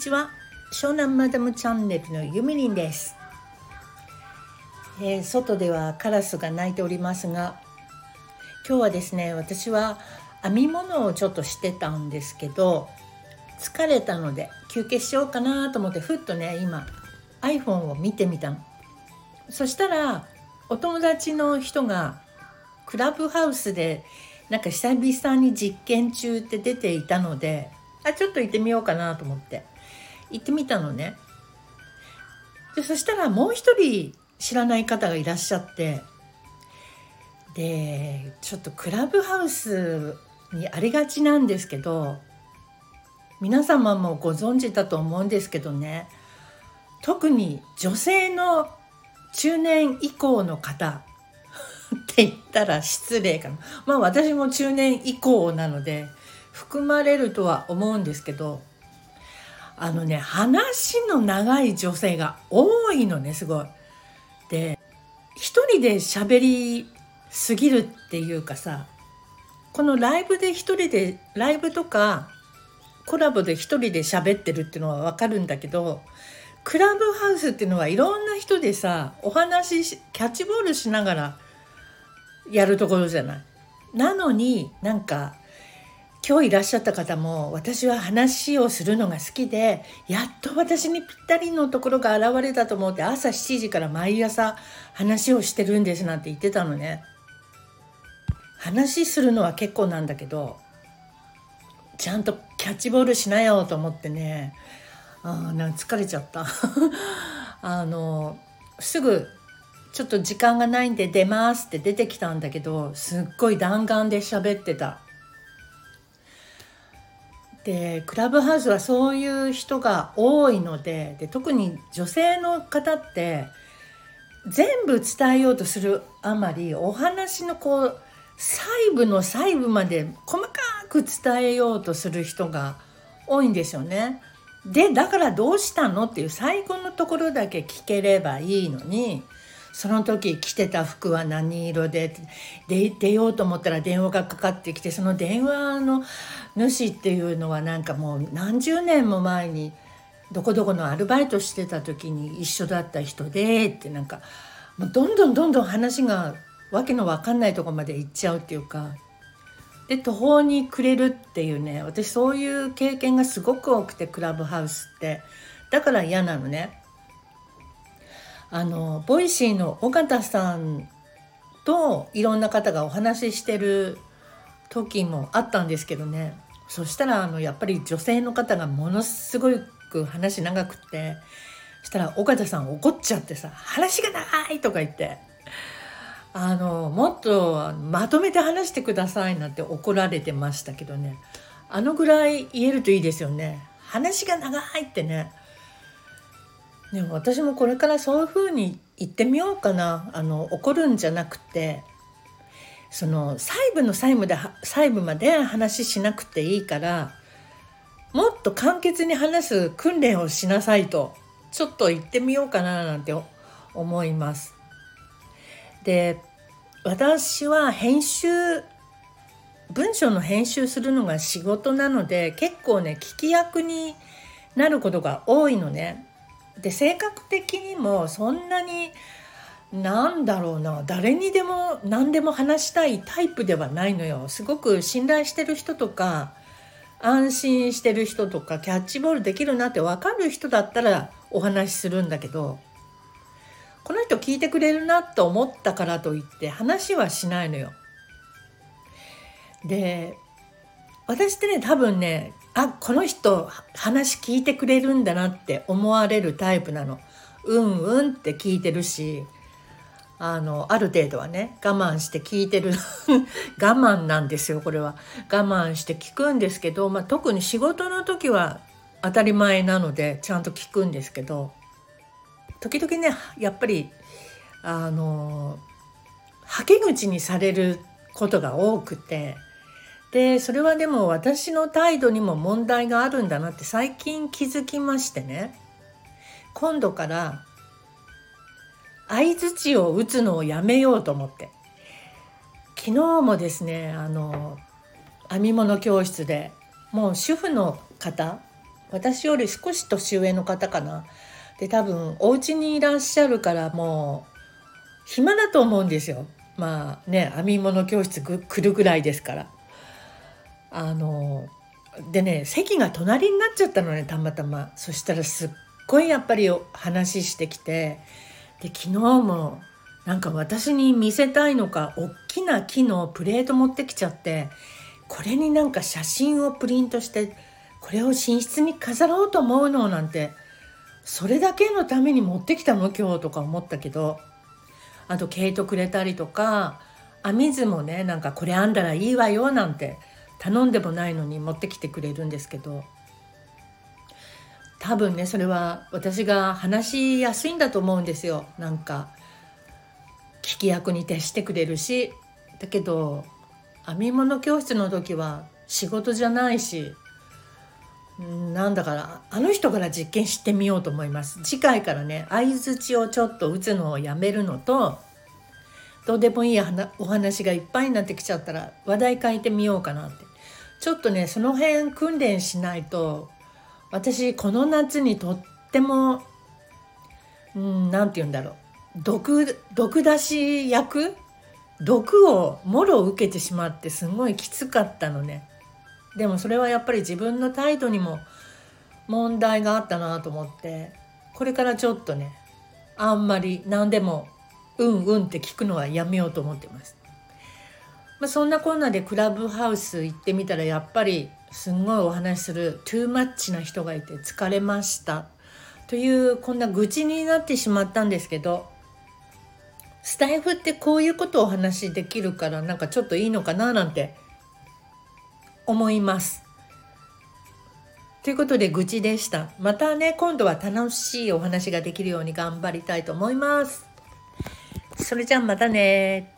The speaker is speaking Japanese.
ちは。湘南マダムチャンネルのゆみりんです。外ではカラスが鳴いておりますが、今日はですね、私は編み物をちょっとしてたんですけど、疲れたので休憩しようかなと思ってふっとね、今 iPhone を見てみたの。そしたらお友達の人がクラブハウスでなんか久々に実験中って出ていたので、ちょっと行ってみようかなと思って行ってみたのね。でそしたらもう一人知らない方がいらっしゃって、でちょっとクラブハウスにありがちなんですけど、皆様もご存知だと思うんですけどね、特に女性の中年以降の方って言ったら失礼かな。私も中年以降なので含まれるとは思うんですけど、話の長い女性が多いのね、すごい。で、一人で喋りすぎるっていうかさ、このライブで一人で、ライブとかコラボで一人で喋ってるっていうのはわかるんだけど、クラブハウスっていうのはいろんな人でさ、お話キャッチボールしながらやるところじゃない。なのになんか今日いらっしゃった方も、私は話をするのが好きで、やっと私にぴったりのところが現れたと思って朝7時から毎朝話をしてるんですなんて言ってたのね。話するのは結構なんだけど、ちゃんとキャッチボールしなよと思ってね、なんか疲れちゃったすぐちょっと時間がないんで出ますって出てきたんだけど、すっごい弾丸で喋ってた。でクラブハウスはそういう人が多いので、特に女性の方って全部伝えようとするあまり、お話の細部の細部まで細かく伝えようとする人が多いんですよね。でだからどうしたのっていう最後のところだけ聞ければいいのに、その時着てた服は何色で、出ようと思ったら電話がかかってきて、その電話の主っていうのはなんかもう何十年も前にどこどこのアルバイトしてた時に一緒だった人でって、なんかもうどんどん話がわけのわかんないところまで行っちゃうっていうか、で途方に暮れるっていうね、私そういう経験がすごく多くて、クラブハウスってだから嫌なのね。ボイシーの尾形さんといろんな方がお話ししてる時もあったんですけどね、そしたらやっぱり女性の方がものすごく話長くて、そしたら尾形さん怒っちゃってさ、話が長いとか言って、もっとまとめて話してくださいなんて怒られてましたけどね、あのぐらい言えるといいですよね。話が長いってね。でも私もこれからそういう風に言ってみようかな。怒るんじゃなくて、その細部の細部まで話しなくていいから、もっと簡潔に話す訓練をしなさいとちょっと言ってみようかななんて思います。で、私は文章の編集するのが仕事なので、結構ね聞き役になることが多いのね。で性格的にもそんなに誰にでも何でも話したいタイプではないのよ。すごく信頼してる人とか安心してる人とかキャッチボールできるなって分かる人だったらお話しするんだけど、この人聞いてくれるなと思ったからといって話はしないのよ。で私ってね、多分ね、この人話聞いてくれるんだなって思われるタイプなの。うんって聞いてるし、ある程度はね我慢して聞いてる我慢なんですよ、これは。我慢して聞くんですけど、特に仕事の時は当たり前なのでちゃんと聞くんですけど、時々ねやっぱりはけ口にされることが多くて、でそれはでも私の態度にも問題があるんだなって最近気づきましてね、今度から相槌を打つのをやめようと思って、昨日もですね編み物教室でもう主婦の方私より少し年上の方かな。で多分お家にいらっしゃるからもう暇だと思うんですよ。まあね、編み物教室来るぐらいですから。でね、席が隣になっちゃったのね、たまたま。そしたらすっごいやっぱり話してきて、で昨日もなんか私に見せたいのか大きな木のプレート持ってきちゃって、これになんか写真をプリントしてこれを寝室に飾ろうと思うのなんて、それだけのために持ってきたの今日とか思ったけど、あと毛糸くれたりとか、編み図もね、なんかこれ編んだらいいわよなんて頼んでもないのに持ってきてくれるんですけど、多分ねそれは私が話しやすいんだと思うんですよ。なんか聞き役に徹してくれるし、だけど編み物教室の時は仕事じゃないし、なんだからあの人から実験してみようと思います。次回からね、相槌をちょっと打つのをやめるのと、どうでもいいお話がいっぱいになってきちゃったら話題変えてみようかなって、ちょっとねその辺訓練しないと。私この夏にとってもなんて言うんだろう、毒出し役、毒をもろ受けてしまってすごいきつかったのね。でもそれはやっぱり自分の態度にも問題があったなと思って、これからちょっとね、あんまり何でもうんうんって聞くのはやめようと思ってます。そんなこんなでクラブハウス行ってみたら、やっぱりすんごいお話しするトゥーマッチな人がいて疲れましたという、こんな愚痴になってしまったんですけど、スタイフってこういうことをお話しできるから、なんかちょっといいのかななんて思います。ということで愚痴でした。またね、今度は楽しいお話ができるように頑張りたいと思います。それじゃあまたね。